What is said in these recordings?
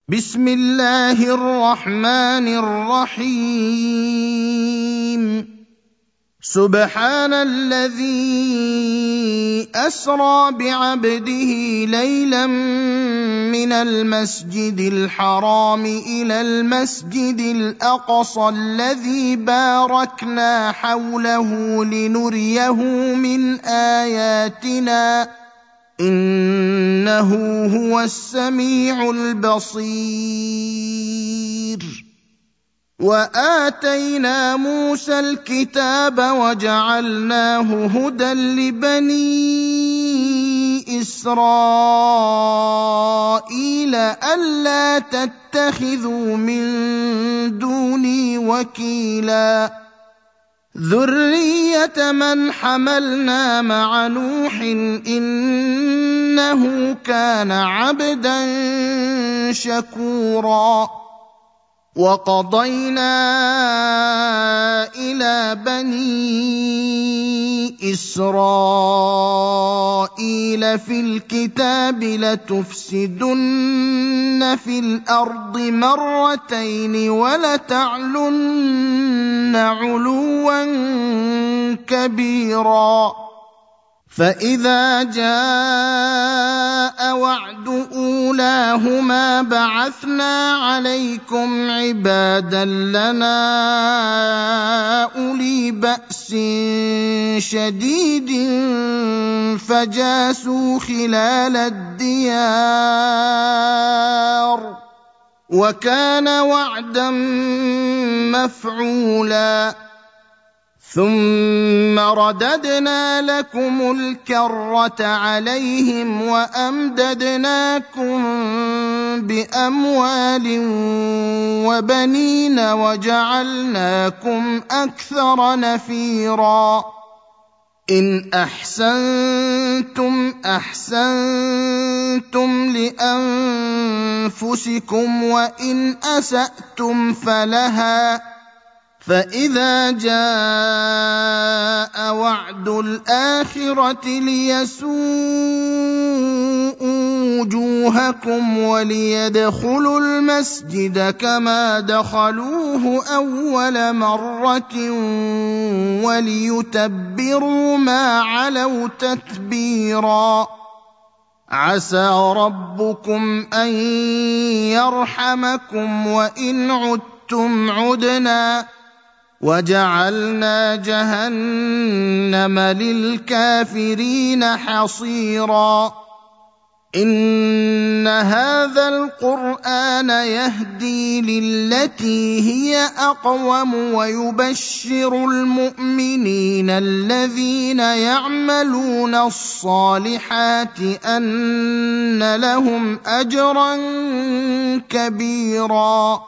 بسم الله الرحمن الرحيم. سبحان الذي أسرى بعبده ليلا من المسجد الحرام إلى المسجد الأقصى الذي باركنا حوله لنريه من آياتنا إنه هو السميع البصير. وآتينا موسى الكتاب وجعلناه هدى لبني إسرائيل ألا تتخذوا من دوني وكيلا ذرية من حملنا مع نوح إنه كان عبدا شكورا. وقضينا إلى بني إسرائيل في الكتاب لتفسدن في الأرض مرتين ولتعلن علوا كبيرا. فإذا جاء وعد أولاهما بعثنا عليكم عبادا لنا أولي بأس شديد فجاسوا خلال الديار وكان وعدا مفعولا. ثم رددنا لكم الكرة عليهم وأمددناكم بأموال وبنين وجعلناكم أكثر نفيرا. إن أحسنتم أحسنتم لأنفسكم وإن أسأتم فلها. فإذا جاء وعد الآخرة ليسوءوا وجوهكم وليدخلوا المسجد كما دخلوه أول مرة وليتبروا ما علوا تتبيرا. عسى ربكم أن يرحمكم وإن عدتم عدنا وجعلنا جهنم للكافرين حصيرا. إن هذا القرآن يهدي للتي هي أقوم ويبشر المؤمنين الذين يعملون الصالحات أن لهم أجرا كبيرا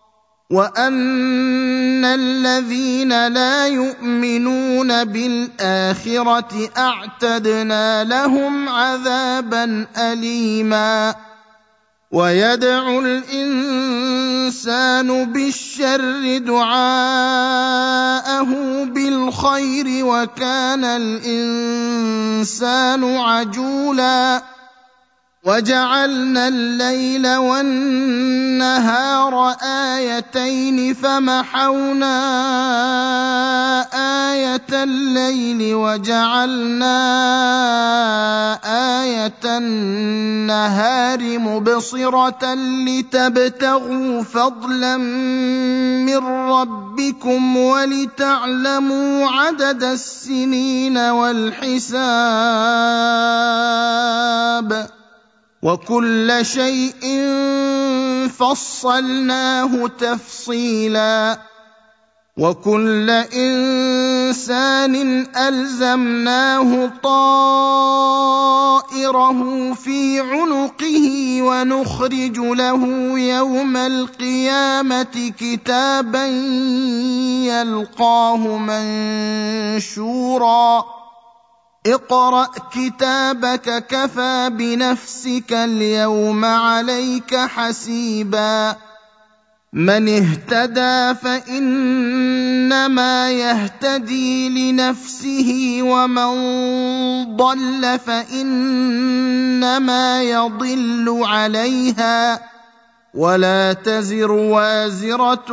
وأن الذين لا يؤمنون بالآخرة أعتدنا لهم عذابا أليما. ويدعو الإنسان بالشر دعاءه بالخير وكان الإنسان عجولا. وجعلنا الليل والنهار آيتين فمحونا آية الليل وجعلنا آية النهار مبصرة لتبتغوا فضلا من ربكم ولتعلموا عدد السنين والحساب وكل شيء فصلناه تفصيلا. وكل إنسان ألزمناه طائره في عنقه ونخرج له يوم القيامة كتابا يلقاه منشورا. اقرأ كتابك كفى بنفسك اليوم عليك حسيبا. من اهتدى فإنما يهتدي لنفسه ومن ضل فإنما يضل عليها ولا تزر وازرة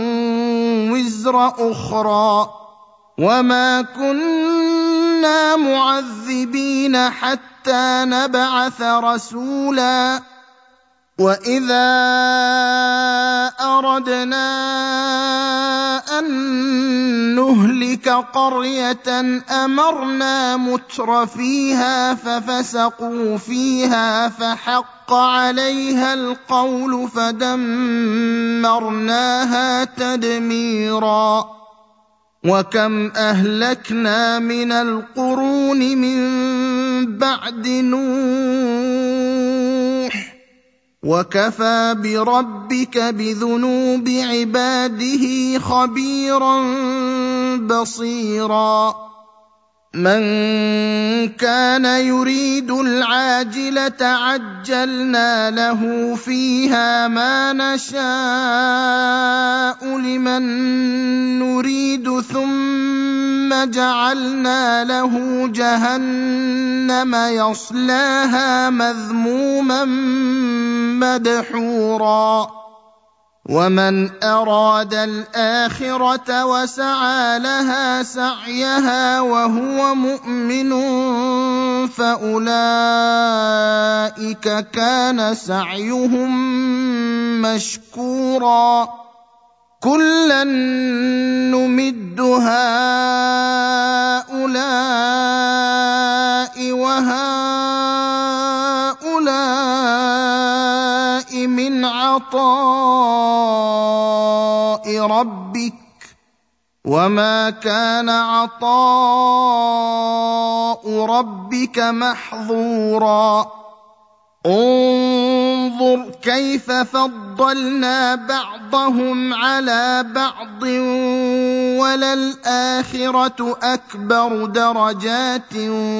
وزر أخرى، وما كنا معذبين حتى نبعث رسولا. وإذا أردنا أن نهلك قرية أمرنا متر فيها ففسقوا فيها فحق عليها القول فدمرناها تدميرا. وكم أهلكنا من القرون من بعد نوح، وكفى بربك بذنوب عباده خبيرا بصيرا. من كان يريد العاجلة عجلنا له فيها ما نشاء لمن نريد ثم جعلنا له جهنم يصلاها مذموما مدحورا. ومن أراد الآخرة وسعى لها سعيها وهو مؤمن فأولئك كان سعيهم مشكورا. كلا نمد هؤلاء وهؤلاء من عطاء ربك، وما كان عطاء ربك محظورا. انظر كيف فضلنا بعضهم على بعض وللآخرة أكبر درجات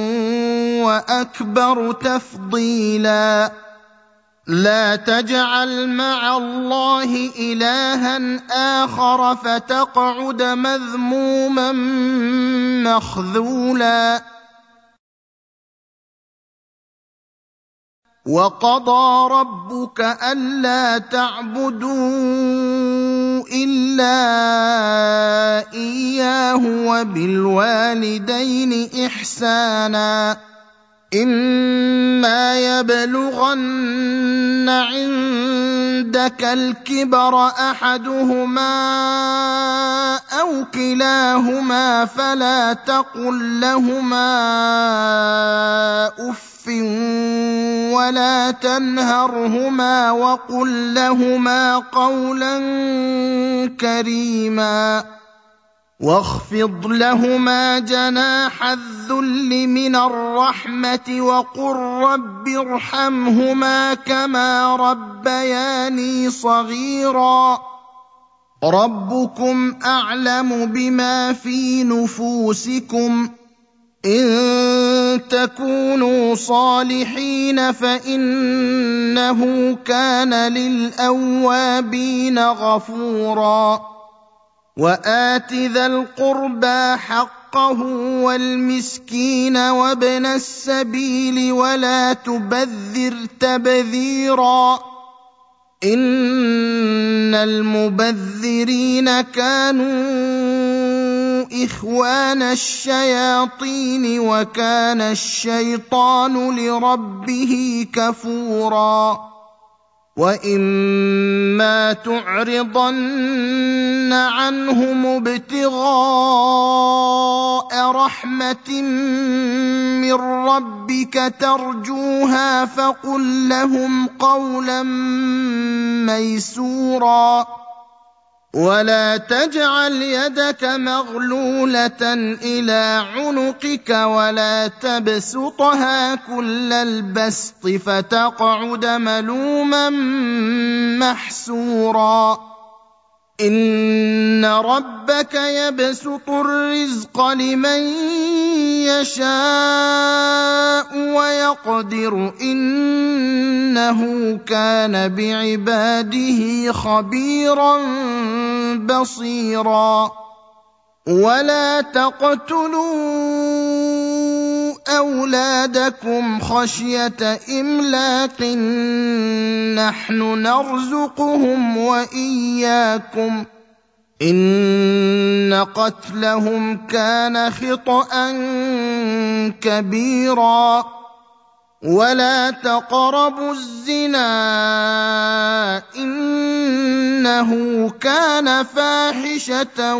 وأكبر تفضيلا. لا تجعل مع الله إلها آخر فتقعد مذموما مخذولا. وقضى ربك ألا تعبدوا إلا إياه وبالوالدين إحسانا. إما يبلغن عندك الكبر أحدهما أو كلاهما فلا تقل لهما أف ولا تنهرهما وقل لهما قولا كريما. واخفض لهما جناح الذل من الرحمة وقل رب ارحمهما كما ربياني صغيرا. ربكم أعلم بما في نفوسكم، إن تكونوا صالحين فإنه كان للأوابين غفورا. وآت ذا القربى حقه والمسكين وابن السبيل ولا تبذر تبذيرا، إن المبذرين كانوا إخوان الشياطين وكان الشيطان لربه كفورا. وإما تعرضن عنهم ابتغاء رحمة من ربك ترجوها فقل لهم قولا ميسورا. ولا تجعل يدك مغلولة إلى عنقك ولا تبسطها كل البسط فتقعد ملوما محسورا. إن ربك يبسط الرزق لمن يشاء ويقدر إنه كان بعباده خبيرا بصيرا. ولا تقتلوا أولادكم خشية إملاق، نحن نرزقهم وإياكم إن قتلهم كان خطأ كبيرا ولا تقربوا الزنا إنه كان فاحشة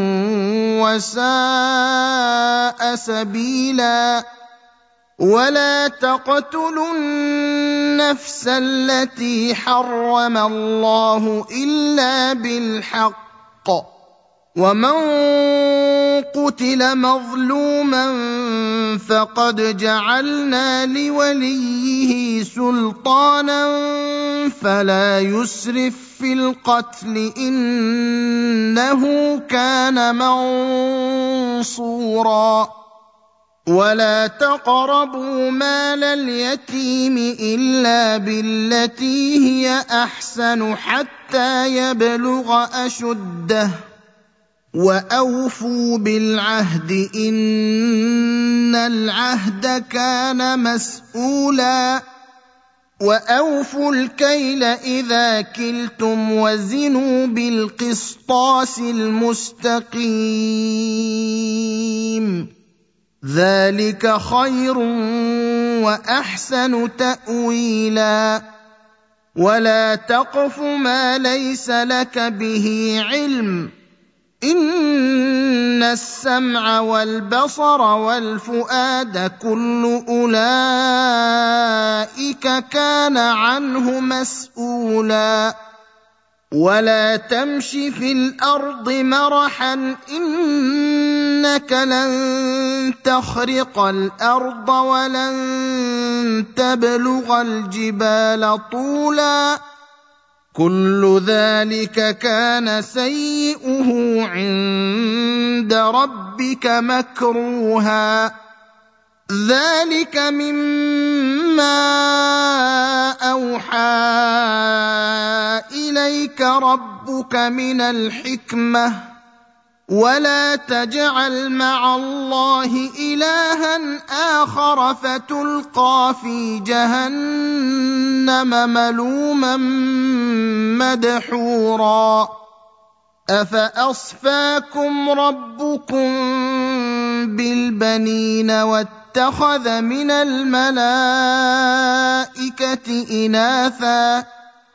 وساء سبيلا ولا تقتلوا النفس التي حرم الله إلا بالحق ومن قتل مظلوما فقد جعلنا لوليه سلطانا فلا يسرف في القتل إنه كان منصورا ولا تقربوا مال اليتيم إلا بالتي هي أحسن حتى يبلغ أشده وأوفوا بالعهد إن العهد كان مسؤولا وأوفوا الكيل إذا كلتم وزنوا بالقسطاس المستقيم ذلك خير وأحسن تأويلا ولا تقف ما ليس لك به علم إن السمع والبصر والفؤاد كل أولئك كان عنه مسؤولا ولا تمش في الأرض مرحا إنك لن تخرق الأرض ولن تبلغ الجبال طولا كل ذلك كان سيئه عند ربك مكروها ذلك مما أوحى إليك ربك من الحكمة ولا تجعل مع الله إلها آخر فتلقى في جهنم ملوما مدحورا أفأصفاكم ربكم بالبنين واتخذ من الملائكة إناثا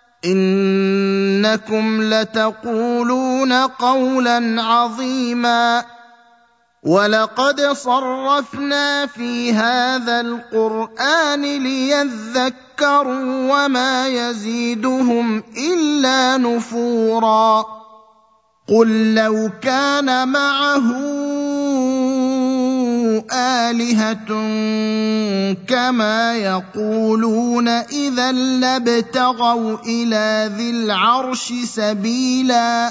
إنكم لتقولون قولا عظيما ولقد صرفنا في هذا القرآن ليذكروا وما يزيدهم إلا نفورا قل لو كان معه آلهة كما يقولون إذا لابتغوا إلى ذي العرش سبيلا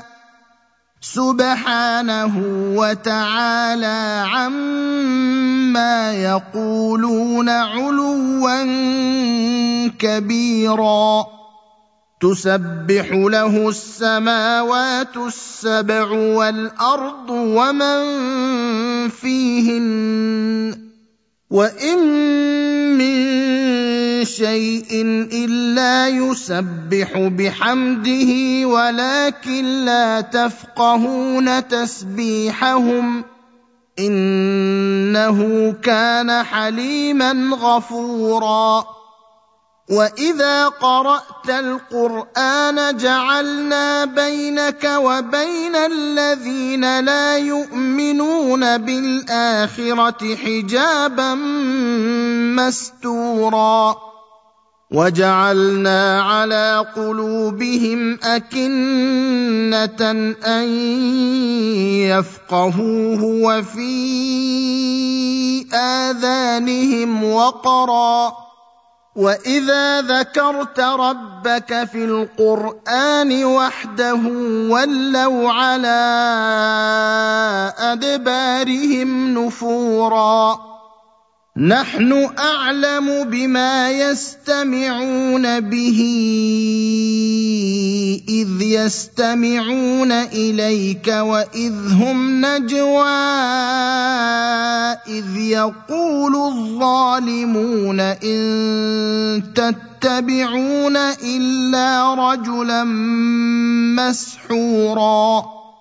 سبحانه وتعالى عما يقولون علوا كبيرا تسبح له السماوات السبع والأرض ومن فيهن وإن من شيء إلا يسبح بحمده ولكن لا تفقهون تسبيحهم إنه كان حليما غفورا وإذا قرأت القرآن جعلنا بينك وبين الذين لا يؤمنون بالآخرة حجابا مستورا وجعلنا على قلوبهم أكنة أن يفقهوه وفي آذانهم وقرا وإذا ذكرت ربك في القرآن وحده ولوا على أدبارهم نفورا نحن أعلم بما يستمعون به إذ يستمعون إليك وإذ هم نجوى إذ يقول الظالمون إن يتبعون إلا رجلا مسحورا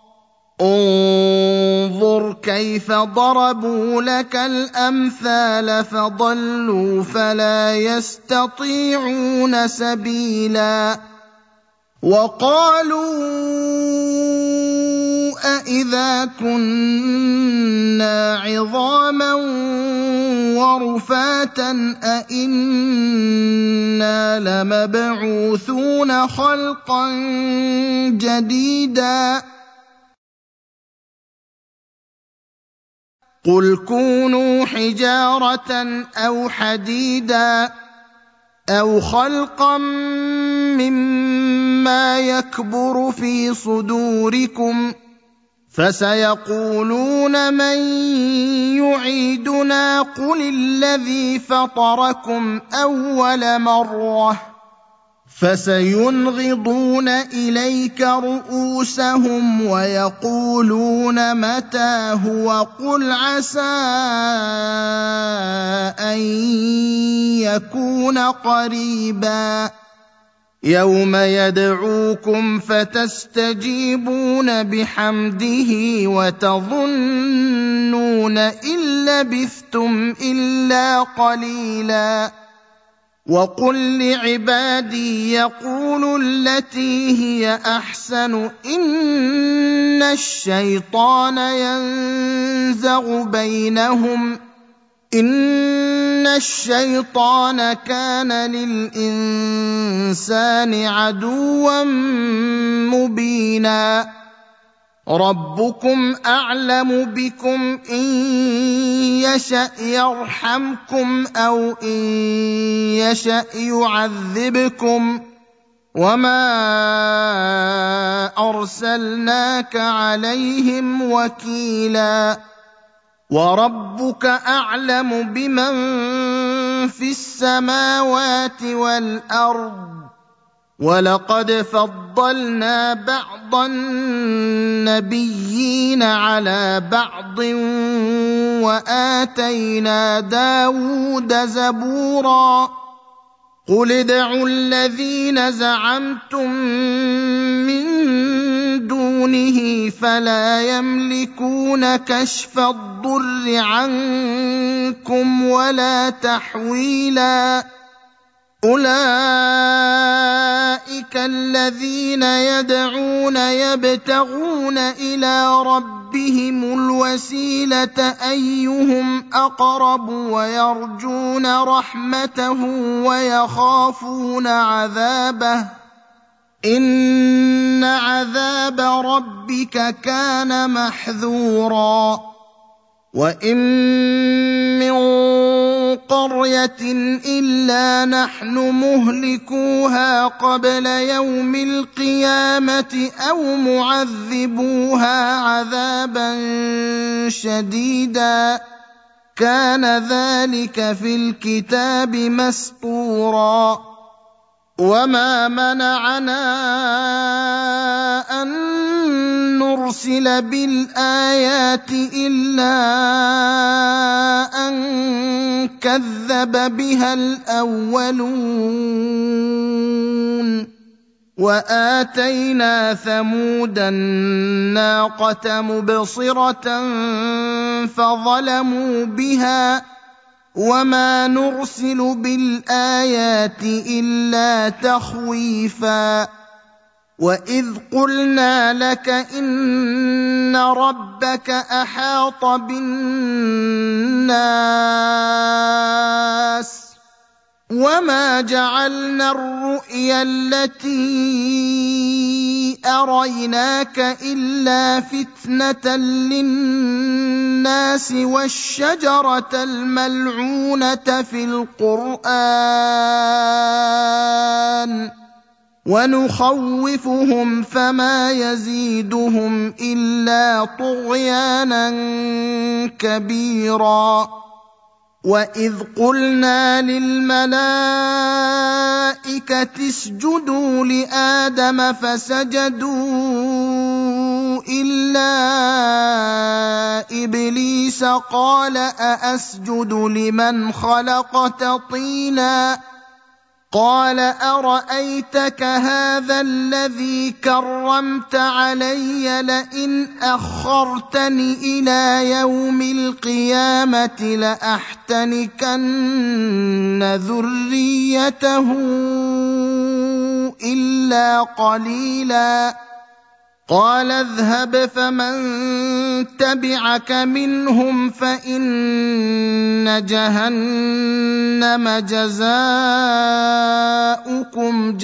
انظر كيف ضربوا لك الأمثال فضلوا فلا يستطيعون سبيلا وقالوا أإذا كنا عظاما ورفاتا أإنا لمبعوثون خلقا جديدا قل كونوا حجارة أو حديدا أو خلقا مما يكبر في صدوركم فسيقولون من يعيدنا قل الذي فطركم أول مرة فسينغضون إليك رؤوسهم ويقولون متى هو قل عسى أن يكون قريبا يوم يدعوكم فتستجيبون بحمده وتظنون إن لبثتم إلا قليلا وقل لعبادي يقولوا التي هي أحسن إن الشيطان ينزغ بينهم إن الشيطان كان للإنسان عدوا مبينا ربكم أعلم بكم إن يشأ يرحمكم أو إن يشأ يعذبكم وما أرسلناك عليهم وكيلا وربك أعلم بمن في السماوات والأرض ولقد فضلنا بعض النبيين على بعض وآتينا داود زبورا قل ادعوا الذين زعمتم من دونه فلا يملكون كشف الضر عنكم ولا تحويلا أولئك الذين يدعون يبتغون إلى ربهم الوسيلة أيهم أقرب ويرجون رحمته ويخافون عذابه إن عذاب ربك كان محذورا وإن من قرية إلا نحن مهلكوها قبل يوم القيامة أو معذبوها عذابا شديدا كان ذلك في الكتاب مسطورا وما منعنا أن نرسل بالآيات إلا أن كذب بها الأولون وآتينا ثمود الناقة مبصرة فظلموا بها وما نرسل بالآيات إلا تخويفا وإذ قلنا لك إن ربك أحاط بالناس وما جعلنا الرؤيا التي أريناك إلا فتنة للناس والشجرة الملعونة في القرآن ونخوفهم فما يزيدهم إلا طغيانا كبيرا وإذ قلنا للملائكة اسجدوا لآدم فسجدوا إلا إبليس قال أأسجد لمن خلقت طينا قال أرأيتك هذا الذي كرمت علي لئن أخرتني إلى يوم القيامة لأحتنكن ذريته إلا قليلا قال اذهب فمن تبعك منهم فإن جهنم جزاؤكم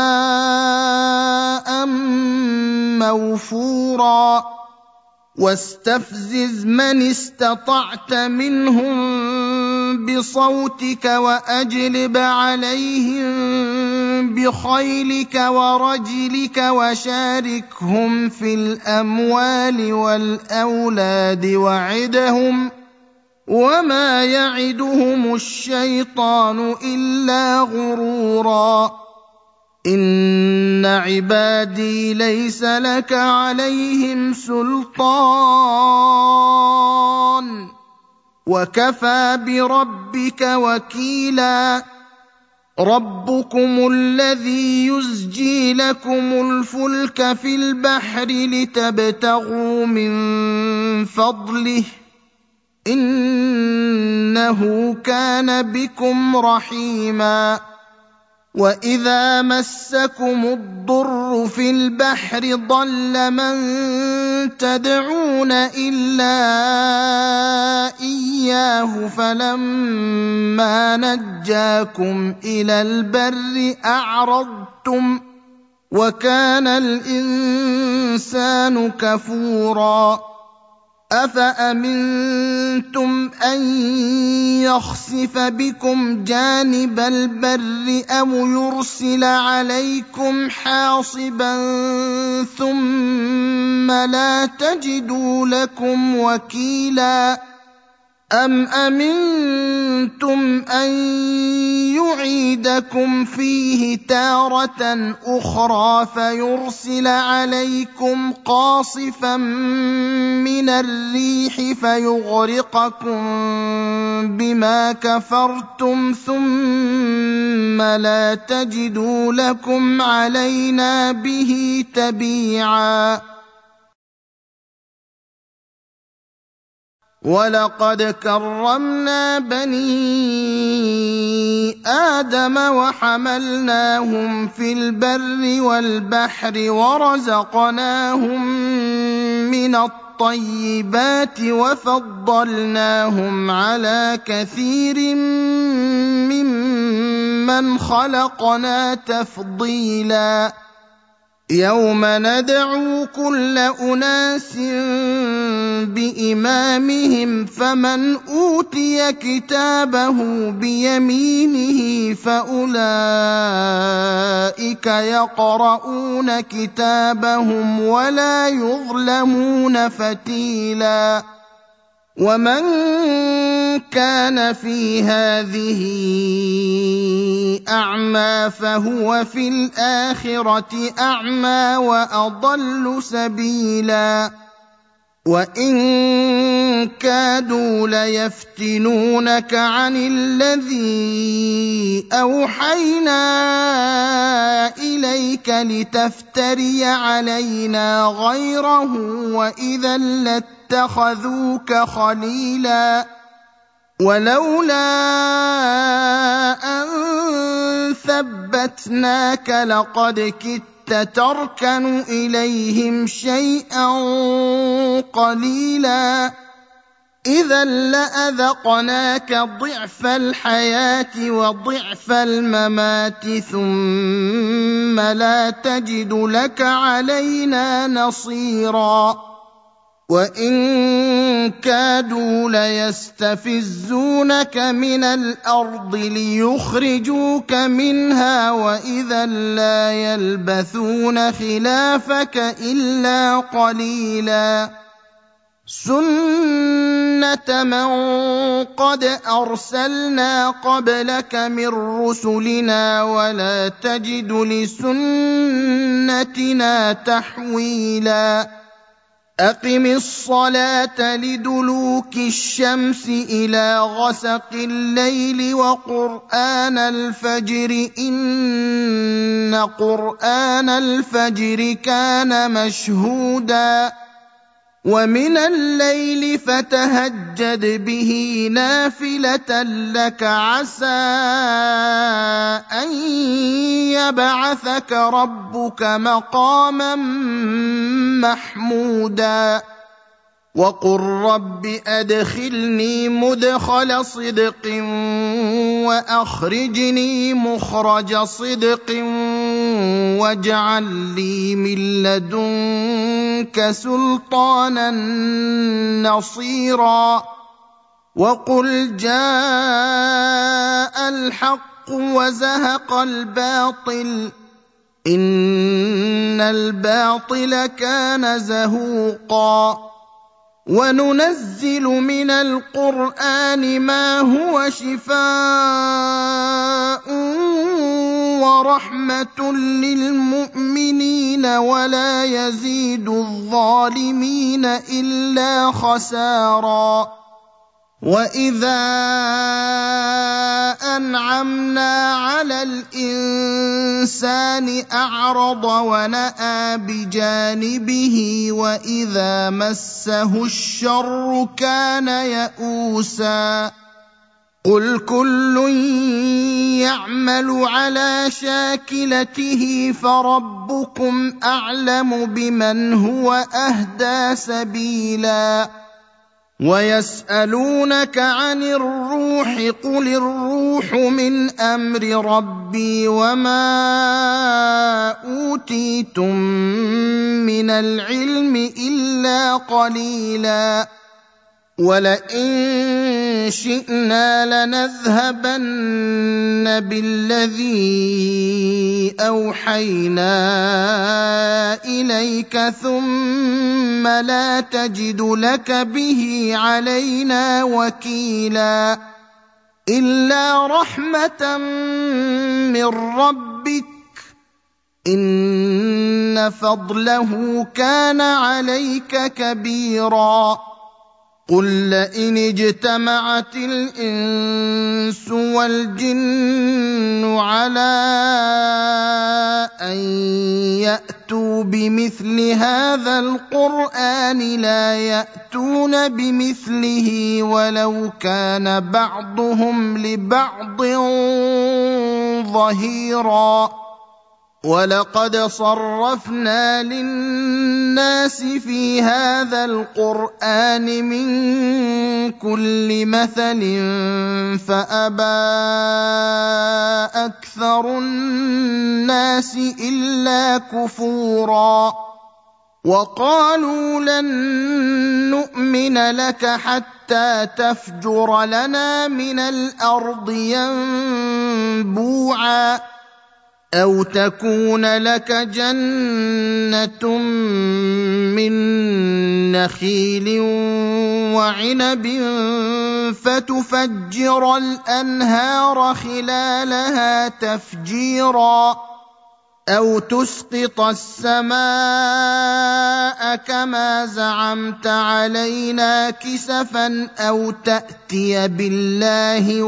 جزاء موفورا واستفزز من استطعت منهم بصوتك وأجلب عليهم بخيلك ورجلك وشاركهم في الأموال والأولاد وعدهم وما يعدهم الشيطان إلا غرورا إن عبادي ليس لك عليهم سلطان وكفى بربك وكيلا ربكم الذي يزجي لكم الفلك في البحر لتبتغوا من فضله إنه كان بكم رحيما وإذا مسكم الضر في البحر ضل من تدعون إلا إياه فلما نجاكم إلى البر أعرضتم وكان الإنسان كفورا أفأمنتم أن يخسف بكم جانب البر أو يرسل عليكم حاصبا ثم لا تجدوا لكم وكيلا أم أمنتم أن يعيدكم فيه تارة أخرى فيرسل عليكم قاصفا من الريح فيغرقكم بما كفرتم ثم لا تجدوا لكم علينا به تبيعا ولقد كرمنا بني آدم وحملناهم في البر والبحر ورزقناهم من الطيبات وفضلناهم على كثير ممن خلقنا تفضيلا يوم ندعو كل أناس بإمامهم فمن أوتي كتابه بيمينه فأولئك يقرؤون كتابهم ولا يظلمون فتيلا ومن كان في هذه أعمى فهو في الآخرة أعمى وأضل سبيلا وإن كادوا ليفتنونك عن الذي أوحينا إليك لتفتري علينا غيره وإذا لاتخذوك خليلا ولولا أن ثبتناك لقد كدت تركن إليهم شيئا قليلا إذا لأذقناك ضعف الحياة وضعف الممات ثم لا تجد لك علينا نصيرا وإن كادوا ليستفزونك من الأرض ليخرجوك منها وإذا لا يلبثون خلافك إلا قليلا سنة من قد أرسلنا قبلك من رسلنا ولا تجد لسنتنا تحويلا أقم الصلاة لدلوك الشمس إلى غسق الليل وقرآن الفجر إن قرآن الفجر كان مشهودا ومن الليل فتهجد به نافلة لك عسى أن يبعثك ربك مقاما محمودا وقل رب أدخلني مدخل صدق وأخرجني مخرج صدق واجعل لي من لدنك سلطانا نصيرا وقل جاء الحق وزهق الباطل إن الباطل كان زهوقا وننزل من القرآن ما هو شفاء ورحمة للمؤمنين ولا يزيد الظالمين إلا خسارا وإذا أنعمنا على الإنسان أعرض ونأى بجانبه وإذا مسه الشر كان يئوسا قل كل يعمل على شاكلته فربكم أعلم بمن هو أهدى سبيلا ويسألونك عن الروح قل الروح من أمر ربي وما أوتيتم من العلم إلا قليلا ولئن شئنا لنذهبن بالذي أوحينا إليك ثم لا تجد لك به علينا وكيلا إلا رحمة من ربك إن فضله كان عليك كبيرا قل لئن اجتمعت الإنس والجن على أن يأتوا بمثل هذا القرآن لا يأتون بمثله ولو كان بعضهم لبعض ظهيرا ولقد صرفنا للناس في هذا القرآن من كل مثل فأبى أكثر الناس إلا كفورا وقالوا لن نؤمن لك حتى تفجر لنا من الأرض ينبوعا أو تكون لك جنة من نخيل وعنب فتفجر الأنهار خلالها تفجيرا أو تسقط السماء كما زعمت علينا كسفا أو تأتي بالله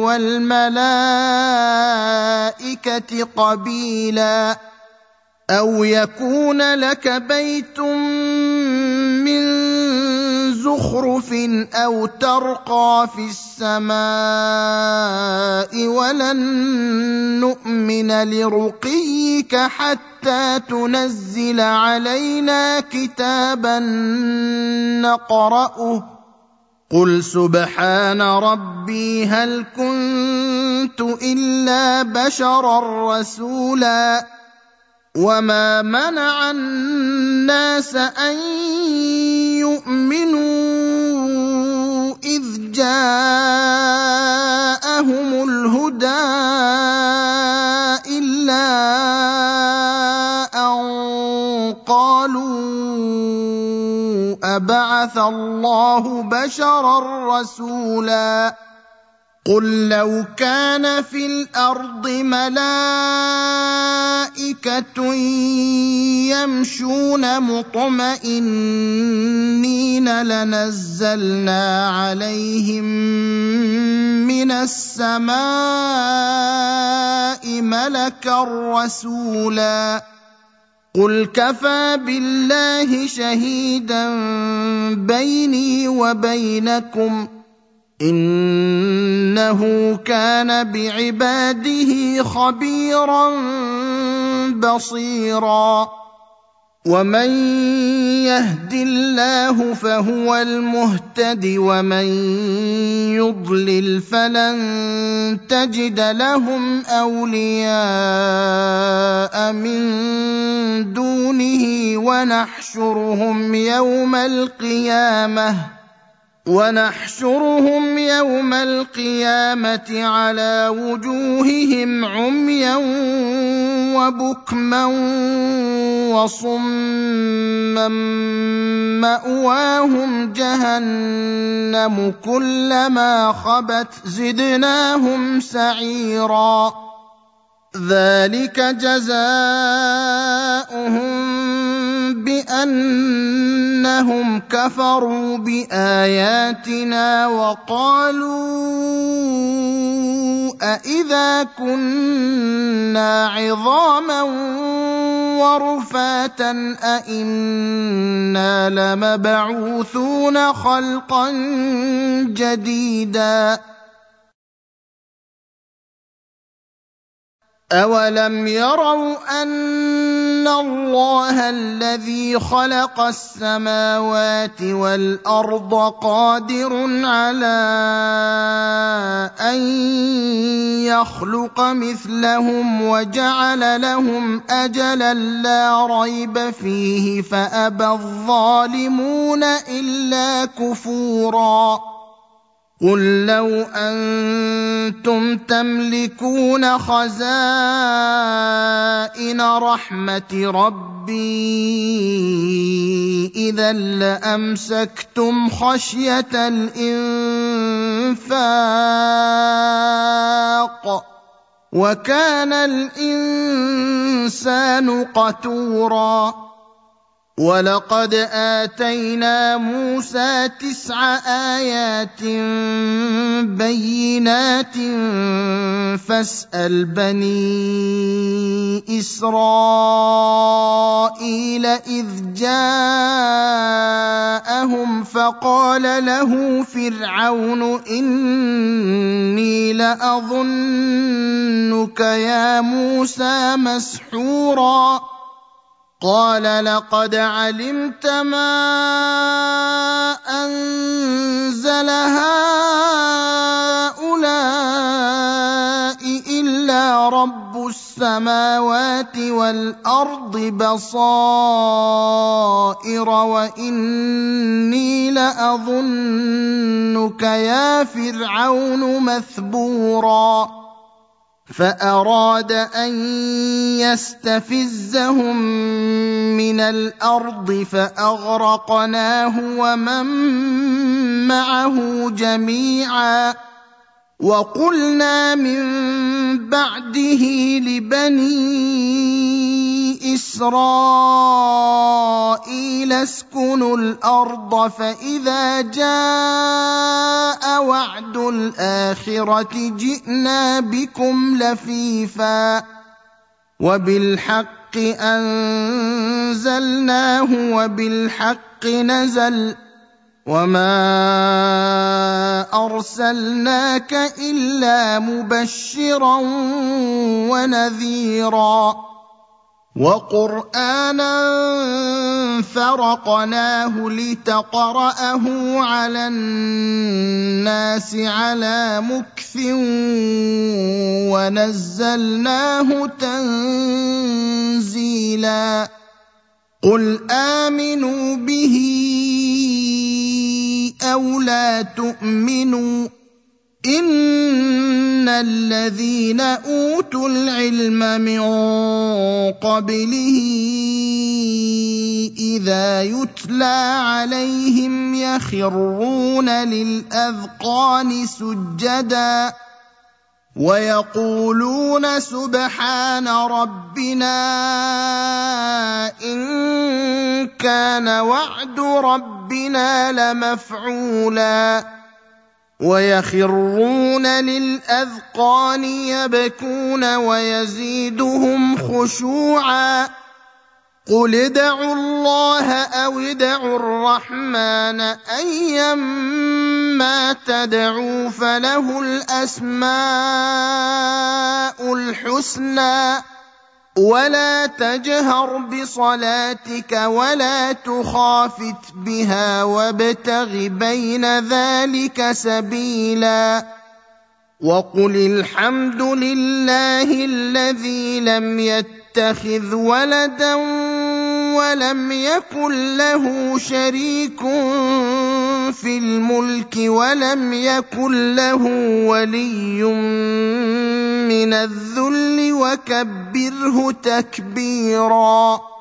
والملائكة قبيلا أو يكون لك بيت من زخرف أو ترقى في السماء ولن نؤمن لرقيك حتى تنزل علينا كتابا نقرأه قل سبحان ربي هل كنت إلا بشرا رسولا وما منع الناس أن يؤمنوا إذ جاءهم الهدى إلا أن قالوا أبعث الله بشرا رسولا قل لو كان في الارض ملائكه يمشون مطمئنين لنزلنا عليهم من السماء ملكا رسولا قل كفى بالله شهيدا بيني وبينكم إنه كان بعباده خبيرا بصيرا ومن يهد الله فهو المهتد ومن يضلل فلن تجد لهم أولياء من دونه ونحشرهم يوم القيامة على وجوههم عميا وبكما وصما مأواهم جهنم كلما خبت زدناهم سعيرا ذلك جزاؤهم بأنهم كفروا بآياتنا وقالوا أإذا كنا عظاما ورفاتا أإنا لمبعوثون خلقا جديدا أولم يروا أن الله الذي خلق السماوات والأرض قادر على أن يخلق مثلهم وجعل لهم أجلا لا ريب فيه فأبى الظالمون إلا كفورا قل لو أنتم تملكون خزائن رحمة ربي إذا لأمسكتم خشية الإنفاق وكان الإنسان قتورا ولقد آتينا موسى 9 آيات بينات فاسأل بني إسرائيل إذ جاءهم فقال له فرعون إني لأظنك يا موسى مسحورا قال لقد علمت ما أنزل هؤلاء إلا رب السماوات والأرض بصائر وإني لأظنك يا فرعون مثبورا فأراد أن يستفزهم من الأرض فأغرقناه ومن معه جميعا وقلنا من بعده لبني إسرائيل اسكنوا الأرض فإذا جاء وعد الآخرة جئنا بكم لفيفا وبالحق أنزلناه وبالحق نزل وما أرسلناك إلا مبشرا ونذيرا وقرآنا فرقناه لتقرأه على الناس على مكث ونزلناه تنزيلا قل آمنوا به أو لا تؤمنوا إن الذين أوتوا العلم من قبله إذا يتلى عليهم يخرون للأذقان سجدا ويقولون سبحان ربنا إن كان وعد ربنا لمفعولا ويخرون للأذقان يبكون ويزيدهم خشوعا قل ادعوا الله أو ادعوا الرحمن أيما تدعوا فله الأسماء الحسنى ولا تجهر بصلاتك ولا تخافت بها وابتغ بين ذلك سبيلا وقل الحمد لله الذي لم يتخذ ولدا ولم يكن له شريك في الملك ولم يكن له ولي من الذل وكبره تكبيرا